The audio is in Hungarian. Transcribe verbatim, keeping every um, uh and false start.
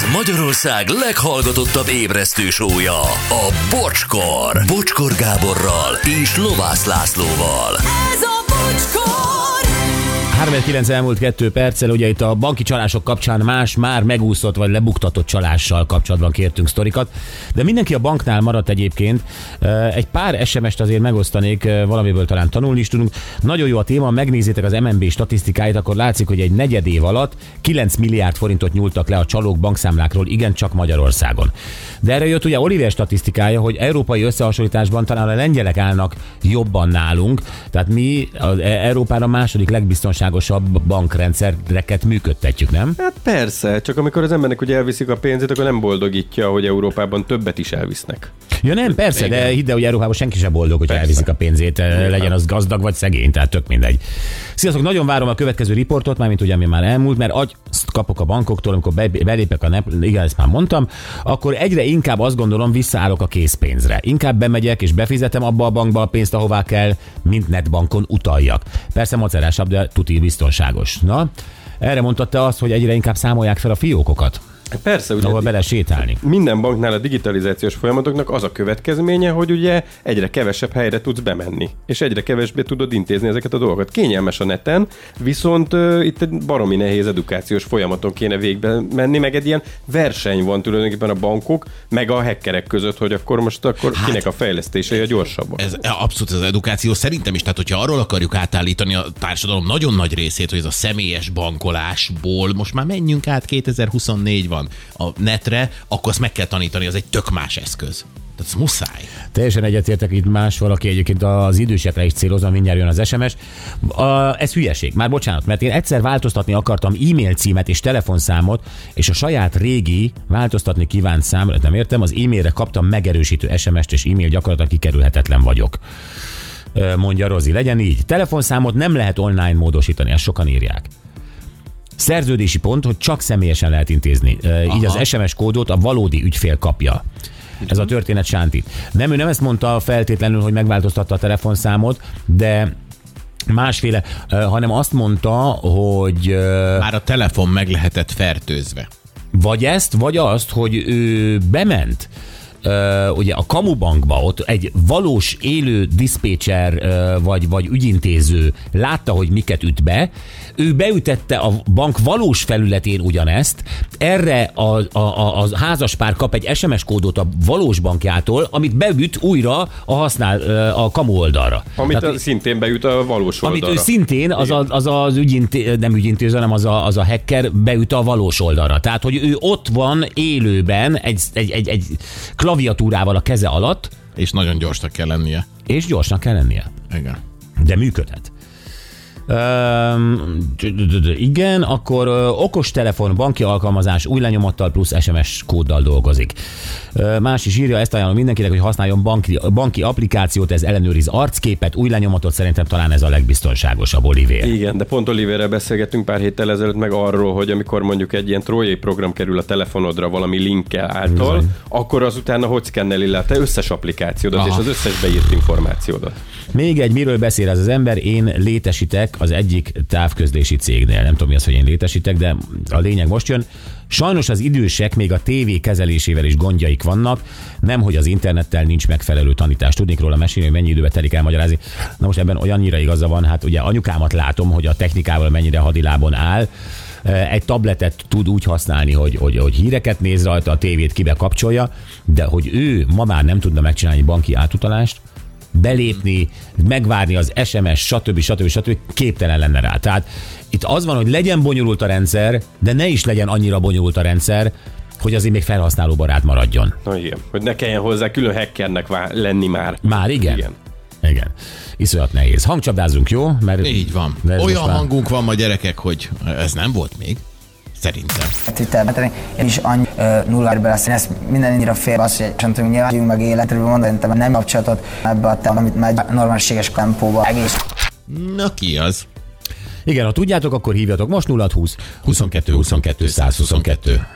Ez Magyarország leghallgatottabb ébresztő show-ja, a Bocskor. Bocskor Gáborral és Lovász Lászlóval. Ez a Bocskor! három kilenc elmúlt kettő perccel, ugye itt a banki csalások kapcsán más, már megúszott vagy lebuktatott csalással kapcsolatban kértünk sztorikat, de mindenki a banknál maradt egyébként. Egy pár es em est azért megosztanék, valamiből talán tanulni is tudunk. Nagyon jó a téma, megnézzétek az em en bé statisztikáit, akkor látszik, hogy egy negyed év alatt kilenc milliárd forintot nyúltak le a csalók bankszámlákról, igen, csak Magyarországon. De erre jött ugye Oliver statisztikája, hogy európai összehasonlításban talán a lengyelek állnak jobban nálunk, tehát mi az Európára második legbiztonságosabb bankrendszereket működtetjük, nem? Hát persze, csak amikor az embernek ugye elviszik a pénzét, akkor nem boldogítja, hogy Európában többet is elvisznek. Ja nem, persze, igen. De hidd el, hogy Európában senki sem boldog, hogy persze. Elviszik a pénzét, igen. Legyen az gazdag vagy szegény, tehát tök mindegy. Sziasztok, nagyon várom a következő riportot, mármint ugye ami már elmúlt, mert agy kapok a bankoktól, amikor belépek a nep, igen, ezt már mondtam, akkor egyre inkább azt gondolom, visszaállok a készpénzre. Inkább bemegyek és befizetem abba a bankba a pénzt, ahová kell, mint netbankon utaljak. Persze macerásabb, de tuti biztonságos. Na, erre mondtad te azt, hogy egyre inkább számolják fel a fiókokat. Persze, ugye ahol bele sétálni. Minden banknál a digitalizációs folyamatoknak az a következménye, hogy ugye egyre kevesebb helyre tudsz bemenni, és egyre kevesbé tudod intézni ezeket a dolgokat. Kényelmes a neten, viszont uh, itt egy baromi nehéz edukációs folyamaton kéne végbe menni, meg egy ilyen verseny van tulajdonképpen a bankok, meg a hackerek között, hogy akkor most akkor hát, kinek a fejlesztései a gyorsabban. Ez abszolút az edukáció szerintem is, tehát hogyha arról akarjuk átállítani a társadalom nagyon nagy részét, hogy ez a személyes bankolásból most már menjünk át, kétezer-huszonnégy van a netre, akkor azt meg kell tanítani, az egy tök más eszköz. Tehát ez muszáj. Teljesen egyetértek, itt más valaki egyébként az idősekre is célozva, mindjárt jön az es em es. A, ez hülyeség, már bocsánat, mert én egyszer változtatni akartam e-mail címet és telefonszámot, és a saját régi változtatni kívánt számra, nem értem, az e-mailre kaptam megerősítő es em est, és e-mail gyakorlatilag kikerülhetetlen vagyok. Mondja Rozi, legyen így. Telefonszámot nem lehet online módosítani, ezt sokan írják. Szerződési pont, hogy csak személyesen lehet intézni. Aha. Így az es em es kódot a valódi ügyfél kapja. Ez a történet sántít. Nem, ő nem ezt mondta feltétlenül, hogy megváltoztatta a telefonszámot, de másféle, hanem azt mondta, hogy... Már a telefon meg lehetett fertőzve. Vagy ezt, vagy azt, hogy ő bement Uh, ugye a Kamubankba ott egy valós élő diszpécser uh, vagy, vagy ügyintéző látta, hogy miket üt be, ő beütette a bank valós felületén ugyanezt, erre a, a, a, a házaspár kap egy es em es kódot a valós bankjától, amit beüt újra a használ uh, a Kamu oldalra. Amit Tehát, szintén beüt a valós oldalra. Amit ő szintén, az az, az, az ügyinté, nem ügyintéző, hanem az a, az a hacker beüt a valós oldalra. Tehát, hogy ő ott van élőben egy, egy, egy, egy klaviatúrával a keze alatt. És nagyon gyorsnak kell lennie. És gyorsnak kell lennie. Igen. De működhet. Um, igen, akkor uh, okostelefon, banki alkalmazás új lenyomattal plusz es em es kóddal dolgozik. Uh, más is írja, ezt ajánlom mindenkinek, hogy használjon banki, banki applikációt, ez ellenőriz arcképet, új lenyomatot, szerintem talán ez a legbiztonságosabb, Oliver. Igen, de pont Oliverrel beszélgettünk pár héttel ezelőtt meg arról, hogy amikor mondjuk egy ilyen trójai program kerül a telefonodra valami linkkel által, bizony, akkor azután hogy szkenneli le te összes applikációdat. Aha. És az összes beírt információdat. Még egy, miről beszél ez az ember, én létesítek az egyik távközlési cégnél. Nem tudom, mi az, hogy én létesítek, de a lényeg most jön. Sajnos az idősek még a tévé kezelésével is gondjaik vannak, nemhogy az internettel nincs megfelelő tanítás. Tudnék róla mesélni, hogy mennyi időbe telik elmagyarázni. Na most ebben olyannyira igaza van, hát ugye anyukámat látom, hogy a technikával mennyire hadilábon áll. Egy tabletet tud úgy használni, hogy, hogy, hogy híreket néz rajta, a tévét kibe kapcsolja, de hogy ő ma már nem tudna megcsinálni banki átutalást, belépni, megvárni az es em es, stb. stb. stb. Képtelen lenne rá. Tehát itt az van, hogy legyen bonyolult a rendszer, de ne is legyen annyira bonyolult a rendszer, hogy azért még felhasználóbarát maradjon. Na igen, hogy ne kelljen hozzá külön hackernek vá- lenni már. Már igen? Igen. Igen. Iszonyat nehéz. Hangcsapdázunk, jó? Mert így van. Olyan már... hangunk van ma, gyerekek, hogy ez nem volt még. Szerintem. Twitterben én is annyi nullára beszélni, ezt minden annyira fél az, hogy sem tudunk nyilván meg életről mondani, de nem kapcsolatot ebbe a te, amit megy normálséges tempóba egész. Na ki az? Igen, ha tudjátok, akkor hívjatok most nulla húsz huszonkettő huszonkettő százhuszonkettő.